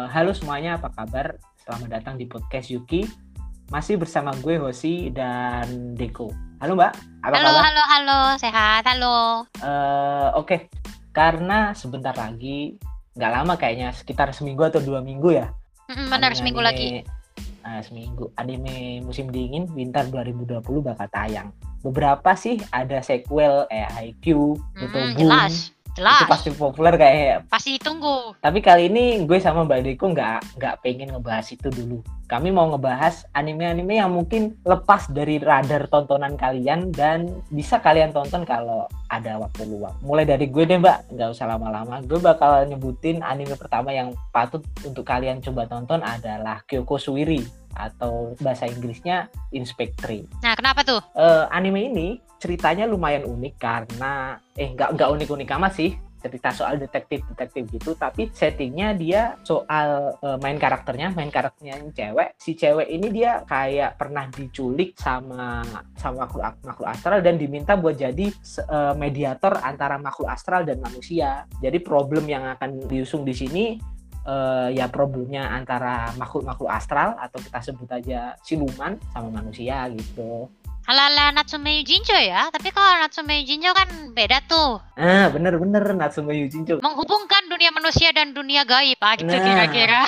Halo semuanya, apa kabar? Selamat datang di podcast Yuki. Masih bersama gue Hoshi dan Deko. Halo Mbak, apa Halo, kabar? halo, sehat, halo. Oke, karena sebentar lagi, nggak lama kayaknya, sekitar seminggu atau 2 minggu ya. Benar, seminggu lagi. Seminggu anime musim dingin winter 2020 bakal tayang. Beberapa sih ada sequel Haikyuu, Boruto Boom. Jelas. Itu pasti populer kayak. Pasti ditunggu. Tapi kali ini gue sama Mbak Deko nggak pengen ngebahas itu dulu. Kami mau ngebahas anime-anime yang mungkin lepas dari radar tontonan kalian dan bisa kalian tonton kalau ada waktu luang. Mulai dari gue deh Mbak, nggak usah lama-lama. Gue bakal nyebutin anime pertama yang patut untuk kalian coba tonton adalah Kyoko Suiri atau bahasa Inggrisnya Inspectre. Nah, kenapa tuh? Anime ini ceritanya lumayan unik karena nggak unik-unik amat sih, cerita soal detektif gitu, tapi settingnya dia soal main karakternya yang cewek. Si cewek ini dia kayak pernah diculik sama makhluk astral dan diminta buat jadi mediator antara makhluk astral dan manusia. Jadi problem yang akan diusung di sini ya problemnya antara makhluk astral atau kita sebut aja siluman sama manusia gitu. Ala-ala Natsume Yujincho ya, tapi kalau Natsume Yujincho kan beda tuh. Bener Natsume Yujincho. Menghubungkan dunia manusia dan dunia gaib, gitu kira-kira.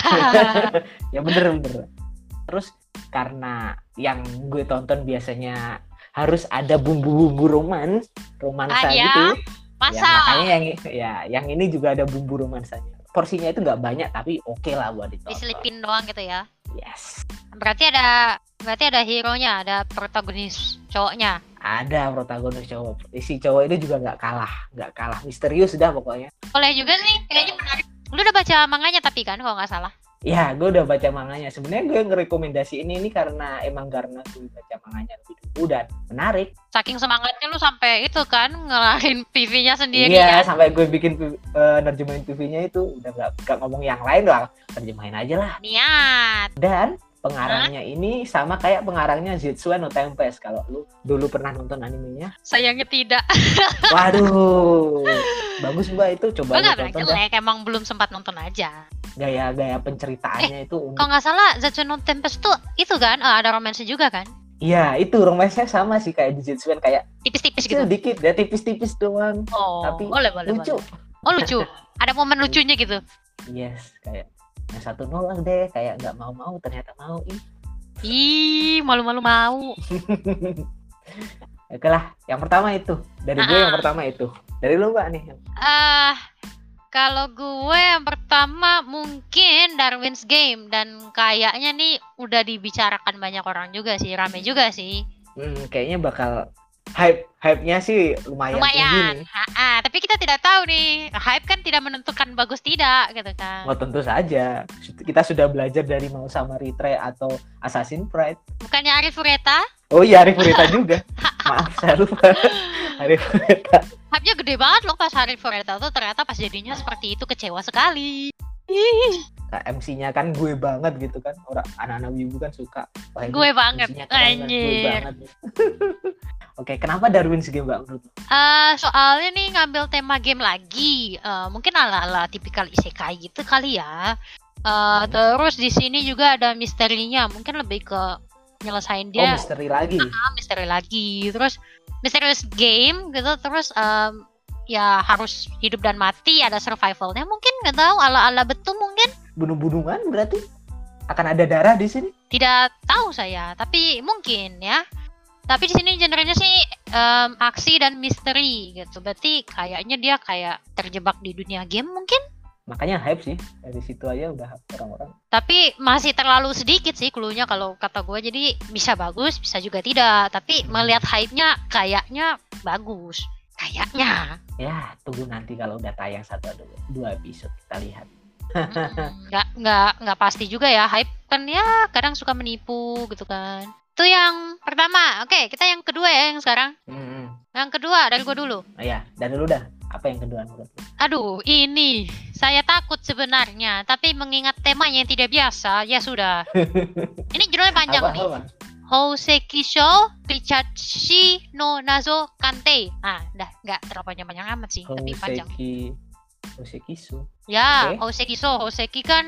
Ya bener. Terus karena yang gue tonton biasanya harus ada bumbu-bumbu romansa gitu. Masa? Ya, makanya yang ini juga ada bumbu romansanya. Porsinya itu nggak banyak tapi oke lah buat ditonton. Diselipin doang gitu ya. Yes. Berarti ada hero-nya, ada protagonis cowoknya. Ada protagonis cowok. Si cowok ini juga nggak kalah misterius dah pokoknya. Boleh juga sih, kayaknya menarik. Lu udah baca manganya tapi kan kalau nggak salah. Ya, gue udah baca manganya. Sebenarnya gue ngerekomendasi ini karena gue baca manganya lebih dulu dan menarik. Saking semangatnya lu sampai itu kan ngelarin PV-nya sendiri. Iya, sampai gue bikin nerjemahin PV-nya itu udah nggak ngomong yang lain lah, terjemahin aja lah. Niat. Dan pengarangnya ini sama kayak pengarangnya Zetsuen no Tempest. Kalau lu dulu pernah nonton animenya? Sayangnya tidak. Waduh, bagus Mbak itu, coba lu tonton dah. Emang belum sempat nonton aja. Gaya penceritaannya itu unik. Kalau nggak salah Zetsuen no Tempest tuh itu kan ada romansa juga kan? Iya, itu romansnya sama sih kayak di Zetsuen, kayak tipis-tipis gitu. Dikit ya, tipis-tipis doang. Tapi lucu. Oh, lucu. Ada momen lucunya gitu. Yes, kayak yang satu nolak deh, kayak nggak mau ternyata mau. Ih, malu-malu mau. Oke lah, yang pertama itu dari gue yang pertama itu. Dari lu Mbak nih? Kalau gue yang pertama mungkin Darwin's Game, dan kayaknya nih udah dibicarakan banyak orang juga sih, rame juga sih. Kayaknya bakal hype-nya sih lumayan tinggi nih. Tapi kita tidak tahu nih, hype kan tidak menentukan bagus tidak gitu kan. Oh tentu saja, kita sudah belajar dari Mau sama Retry atau Assassin's Creed. Bukannya Arif Fureta? Oh iya, Arif Fureta juga. Maaf, saya lupa. Arif Fureta. Hype-nya gede banget loh pas Arif Fureta tuh, ternyata pas jadinya seperti itu kecewa sekali. MC-nya kan gue banget gitu kan, orang anak-anak wibu kan suka. Gue banget, anjir. Oke, kenapa Darwin's Game Mbak menurut? Soalnya nih ngambil tema game lagi, mungkin ala-ala tipikal isekai gitu kali ya. Terus di sini juga ada misterinya, mungkin lebih ke nyelesain dia. Misteri lagi. Misteri lagi, terus mysterious game gitu, terus ya harus hidup dan mati, ada survivalnya mungkin, nggak tahu, ala-ala betul mungkin. Bunuh-bunuhan berarti akan ada darah di sini? Tidak tahu saya, tapi mungkin ya. Tapi di sini genrenya sih aksi dan misteri gitu. Berarti kayaknya dia kayak terjebak di dunia game mungkin. Makanya hype sih, dari situ aja udah orang-orang. Tapi masih terlalu sedikit sih cluenya kalau kata gue. Jadi bisa bagus, bisa juga tidak. Tapi melihat hype-nya kayaknya bagus. Kayaknya. Ya, tunggu nanti kalau udah tayang 1 atau 2 episode kita lihat. Nggak pasti juga ya, hype kan ya kadang suka menipu gitu kan. Itu yang pertama. Oke, kita yang kedua ya yang sekarang. Yang kedua dari gue dulu. Iya, dari lu dah. Apa yang kedua menurut lu? Aduh, ini saya takut sebenarnya, tapi mengingat temanya yang tidak biasa, ya sudah. Ini judulnya panjang nih. Houseki Shou Kichachi no Nazo Kantei. Nggak terlalu panjang-panjang amat sih, tapi panjang. Houseki Shou. Ya, okay. Houseki kan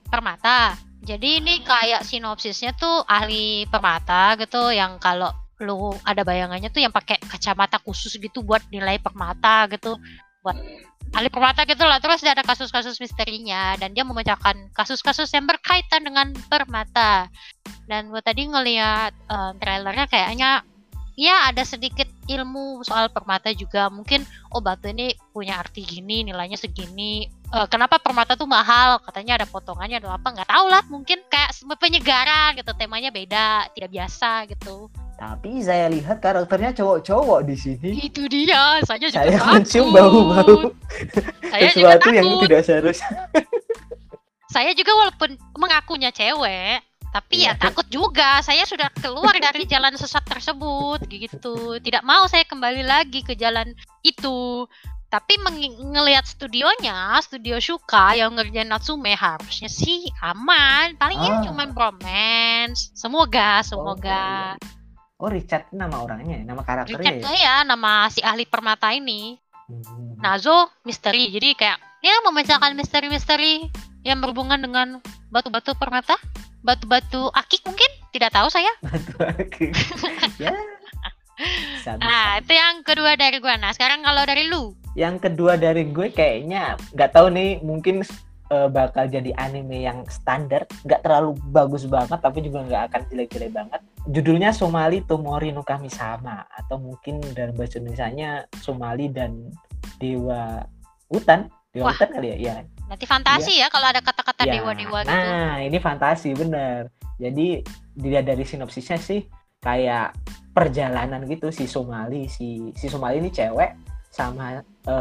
permata. Jadi ini kayak sinopsisnya tuh ahli permata gitu, yang kalau lu ada bayangannya tuh yang pakai kacamata khusus gitu buat nilai permata gitu, buat ahli permata gitu lah. Terus dia ada kasus-kasus misterinya dan dia memecahkan kasus-kasus yang berkaitan dengan permata. Dan gue tadi ngelihat trailernya kayaknya ya ada sedikit ilmu soal permata juga. Mungkin batu ini punya arti gini, nilainya segini. Kenapa permata tuh mahal? Katanya ada potongannya atau apa? Nggak tahu lah. Mungkin kayak penyegaran gitu. Temanya beda, tidak biasa gitu. Tapi saya lihat karakternya cowok-cowok di sini. Itu dia. Saya juga saya takut. mencium bau-bau Saya sesuatu yang tidak seharusnya. Saya juga walaupun mengakunya cewek, tapi ya takut juga. Saya sudah keluar dari jalan sesat tersebut gitu. Tidak mau saya kembali lagi ke jalan itu. Tapi ngelihat studionya, studio Shuka yang ngerjain Natsume, harusnya sih aman. Palingnya cuma bromance. Semoga. Oh, Richard nama orangnya, nama karakternya. Richard ya, nama si ahli permata ini. Nazo misteri. Jadi kayak ya memecahkan misteri-misteri yang berhubungan dengan batu-batu permata. Batu-batu akik mungkin, tidak tahu saya. Batu akik. Ya. Bisa. Itu yang kedua dari gue. Nah, sekarang kalau dari lu? Yang kedua dari gue kayaknya nggak tahu nih, mungkin bakal jadi anime yang standar, nggak terlalu bagus banget tapi juga nggak akan jelek-jelek banget. Judulnya Somali Tomori no Kami-sama, atau mungkin dalam bahasa Indonesianya Somali dan Dewa Hutan. Dewa Hutan kali ya? Ya. Nanti fantasi ya kalau ada kata-kata dewa-dewa gitu. Nah, ini fantasi bener. Jadi dilihat dari sinopsisnya sih kayak perjalanan gitu si Somali ini cewek sama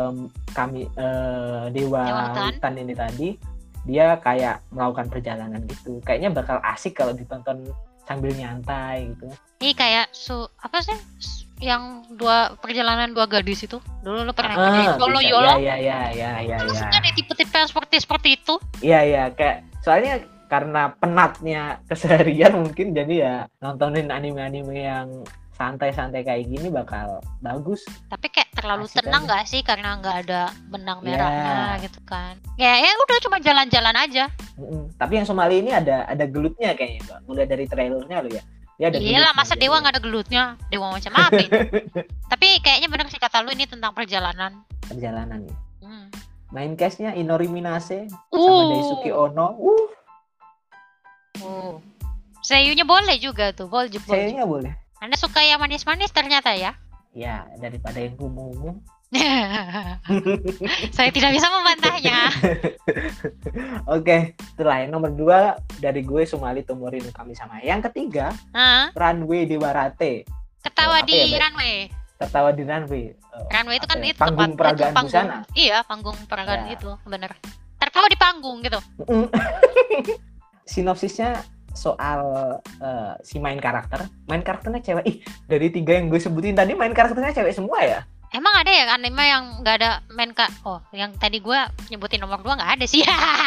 Dewa Hutan ini tadi, dia kayak melakukan perjalanan gitu. Kayaknya bakal asik kalau ditonton sambil nyantai gitu. Ini kayak apa sih? Yang perjalanan dua gadis itu dulu lo pernah nonton Yolo. Iya. Maksudnya ada tipe-tipe seperti itu. Iya, kayak soalnya karena penatnya keseharian mungkin, jadi ya nontonin anime-anime yang santai-santai kayak gini bakal bagus. Tapi kayak terlalu tenang nggak sih karena nggak ada benang merahnya gitu kan? Ya udah cuma jalan-jalan aja. Tapi yang Somali ini ada gelutnya kayaknya, Mbak. Mulai dari trailernya lo ya. Iya lah, masa dewa nggak ada gelutnya? Dewa macam apa itu? Tapi kayaknya benar sih kata lu, ini tentang perjalanan ya. Main cast-nya Inori Minase sama Daisuke Ono. Seiyunya boleh juga tuh, Seiyunya boleh. Anda suka yang manis-manis ternyata ya? Ya, daripada yang gumu-gumu. Saya tidak bisa membantahnya. Oke, setelah yang nomor 2 dari gue Somali Tomori no Kami-sama. Yang ketiga, Runway Dewarate. Tertawa di runway. Runway itu kan itu panggung peragaan busana. Iya, panggung peragaan itu, bener. Tertawa di panggung gitu. Sinopsisnya soal si main karakternya cewek. Dari 3 yang gue sebutin tadi main karakternya cewek semua ya? Emang ada ya anime yang nggak ada yang tadi gue nyebutin nomor 2 nggak ada sih.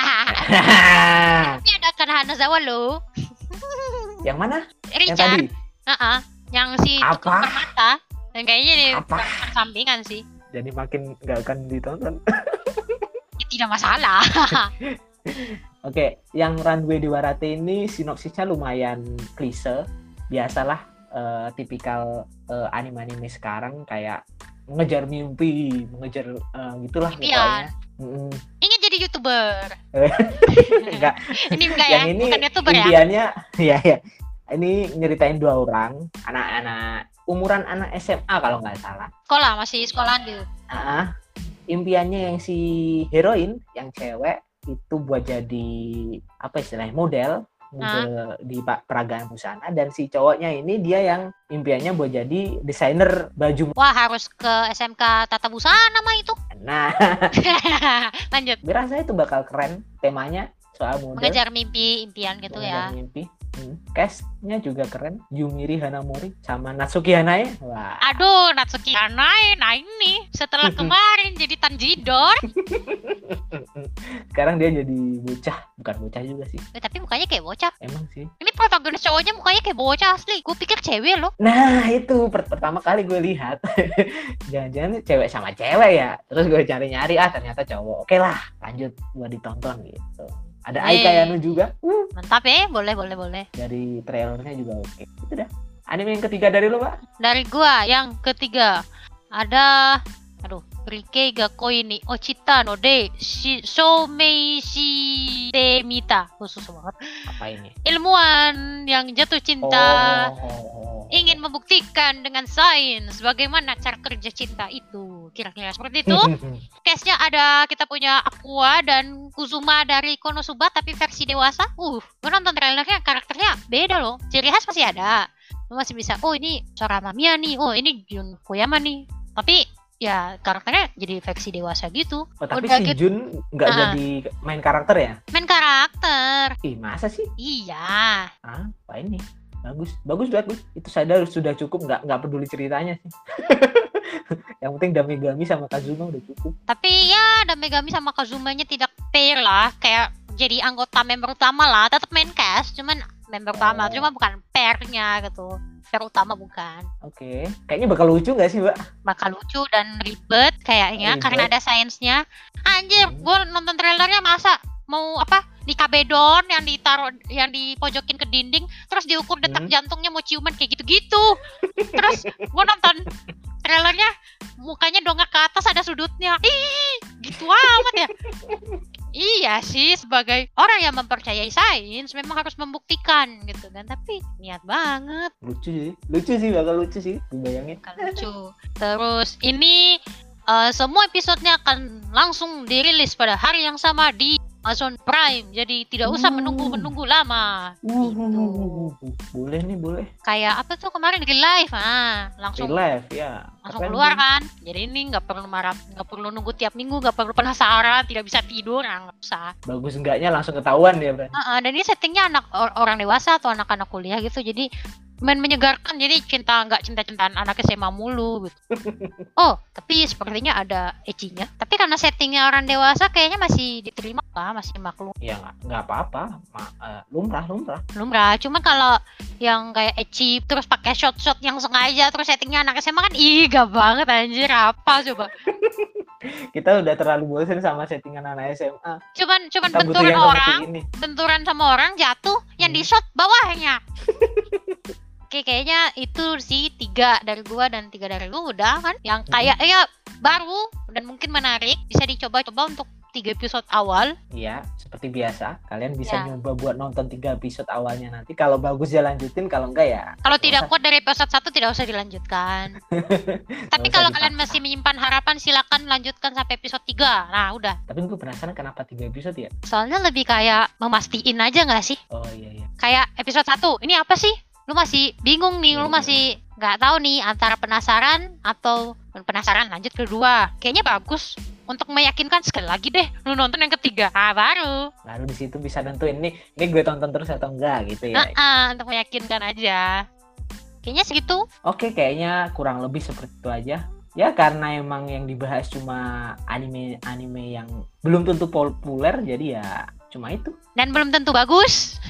Tapi ada kan Hanazawa lo. Yang mana? Richard. Yang tadi? Yang si tukang permata. Yang kayaknya di sampingan sih. Jadi makin nggak akan ditonton. Ya, tidak masalah. Oke, yang Runway Dewarate ini sinopsisnya lumayan klise. Biasalah tipikal anime-anime sekarang kayak mengejar mimpi, gitulah pokoknya. Ingin jadi YouTuber. Enggak. Ini enggak ya? Ini bukan YouTuber impiannya, ya. Ini nyeritain 2 orang, anak-anak umuran anak SMA kalau nggak salah. Masih sekolahan gitu. Impiannya yang si heroin, yang cewek itu buat jadi apa istilahnya model di peragaan busana, dan si cowoknya ini dia yang impiannya buat jadi desainer baju. Wah, harus ke SMK Tata Busana mah itu. Nah, lanjut. Gue rasa itu bakal keren temanya soal model. Mengejar mimpi, impian gitu ya. Mimpi. Cast-nya juga keren. Yumiri Hanamori sama Natsuki Hanae. Wah. Aduh, Natsuki Hanae. Nah ini setelah kemarin jadi Tanjidor. Sekarang dia jadi bocah. Bukan bocah juga sih. Tapi mukanya kayak bocah. Emang sih. Ini protagonis cowoknya mukanya kayak bocah asli. Gue pikir cewek loh. Nah itu pertama kali gue lihat. Jangan-jangan cewek sama cewek ya. Terus gue cari-nyari, ternyata cowok. Oke lah, lanjut gue ditonton gitu. Ada Ai Kayano juga. Mantap ya, boleh. Dari trailernya juga oke. Itu dah. Anime yang ketiga dari lo, Pak? Dari gua yang ketiga ada Rike ga koi ni ochita no de shoumei shite mita. Susah banget. Apa ini? Ilmuwan yang jatuh cinta ingin membuktikan dengan sains bagaimana cara kerja cinta itu. Kira-kira seperti itu. Case-nya ada kita punya Aqua dan Kuzuma dari Konosuba tapi versi dewasa. Gue nonton trailernya karakternya beda loh. Ciri khas masih ada. Lu masih bisa, ini Sora Mamiya nih, ini Jun Koyama nih. Tapi ya karakternya jadi versi dewasa gitu. Tapi si Jun nggak jadi main karakter ya? Main karakter. Ih, masa sih? Iya. Apa ini? Bagus. Itu saya sudah cukup, nggak peduli ceritanya sih. Yang penting Damegami sama Kazuma udah cukup. Tapi ya Damegami sama Kazumanya tidak fair lah, kayak jadi anggota member utama lah, tetap main cast, cuman member utama, cuma bukan pairnya gitu. Pair utama bukan. Oke. Kayaknya bakal lucu nggak sih, Mbak? Bakal lucu dan ribet kayaknya karena ada sainsnya. Anjir, gue nonton trailernya masa mau di kabedon yang dipojokin ke dinding, terus diukur detak jantungnya mau ciuman kayak gitu-gitu. Terus gue nonton trailernya mukanya dongak ke atas ada sudutnya. Gitu amat ya. Iya sih, sebagai orang yang mempercayai sains memang harus membuktikan gitu kan, tapi niat banget. Lucu sih, bakal lucu sih, bayangin. Bakal lucu. Terus ini semua episodenya akan langsung dirilis pada hari yang sama di Amazon Prime, jadi tidak usah menunggu lama. Gitu. Boleh. Kayak apa tuh kemarin Real Life, langsung Real Life ya. Langsung keluar kan. Jadi ini nggak perlu nunggu tiap minggu, nggak perlu penasaran, tidak bisa tidur, nggak usah. Bagus enggaknya langsung ketahuan ya, Bro. Dan ini settingnya orang dewasa atau anak-anak kuliah gitu, jadi menyegarkan, jadi cinta-cintaan anak SMA mulu gitu. Tapi sepertinya ada ecchinya. Tapi karena settingnya orang dewasa kayaknya masih diterima lah, masih maklum. Ya nggak apa-apa, lumrah. Cuma kalau yang kayak ecchi terus pakai shot yang sengaja terus settingnya anak SMA kan gak banget anjir, apa coba. Kita udah terlalu bosan sama settingan anak SMA. Cuman benturan sama orang jatuh, yang di shot bawahnya. Oke, kayaknya itu sih 3 dari gua dan 3 dari lu udah kan, yang kayak baru dan mungkin menarik, bisa dicoba-coba untuk 3 episode awal. Iya, seperti biasa kalian bisa nyoba buat nonton 3 episode awalnya, nanti kalau bagus ya lanjutin, kalau enggak ya kalau tidak kuat dari episode 1 tidak usah dilanjutkan. Tapi kalau kalian masih menyimpan harapan, silakan lanjutkan sampai episode 3. Nah udah. Tapi gue penasaran kenapa 3 episode ya? Soalnya lebih kayak memastiin aja gak sih? Oh iya. Kayak episode 1 ini apa sih? Lu masih bingung nih, lu masih nggak tahu nih antara penasaran atau penasaran lanjut ke 2. Kayaknya bagus untuk meyakinkan, sekali lagi deh lu nonton yang ketiga. Baru di situ bisa nentuin ini gue tonton terus atau enggak gitu ya. Untuk meyakinkan aja. Kayaknya segitu. Oke, kayaknya kurang lebih seperti itu aja. Ya karena emang yang dibahas cuma anime yang belum tentu populer, jadi ya cuma itu. Dan belum tentu bagus.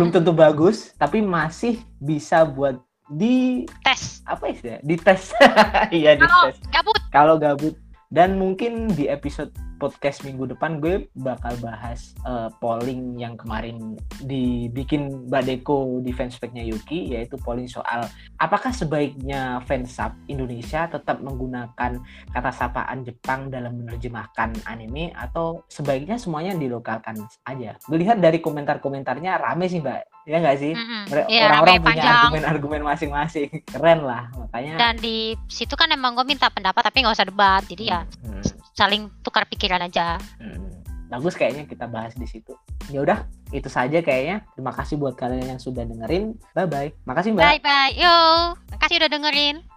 Tapi masih bisa buat di tes. Apa istilah? Di tes. Iya, di tes. Kalau gabut. Dan mungkin di episode podcast minggu depan gue bakal bahas polling yang kemarin dibikin Mbak Deko di fanspage-nya Yuki, yaitu polling soal apakah sebaiknya fansub Indonesia tetap menggunakan kata sapaan Jepang dalam menerjemahkan anime atau sebaiknya semuanya dilokalkan aja. Melihat dari komentar-komentarnya rame sih, Mbak. Ya nggak sih? Orang-orang punya argumen-argumen masing-masing. Keren lah, makanya. Dan di situ kan emang gue minta pendapat tapi nggak usah debat, jadi ya saling tukar pikiran aja. Bagus kayaknya kita bahas di situ. Ya udah, itu saja kayaknya. Terima kasih buat kalian yang sudah dengerin. Bye bye. Makasih, Mbak. Bye bye. Yo, makasih udah dengerin.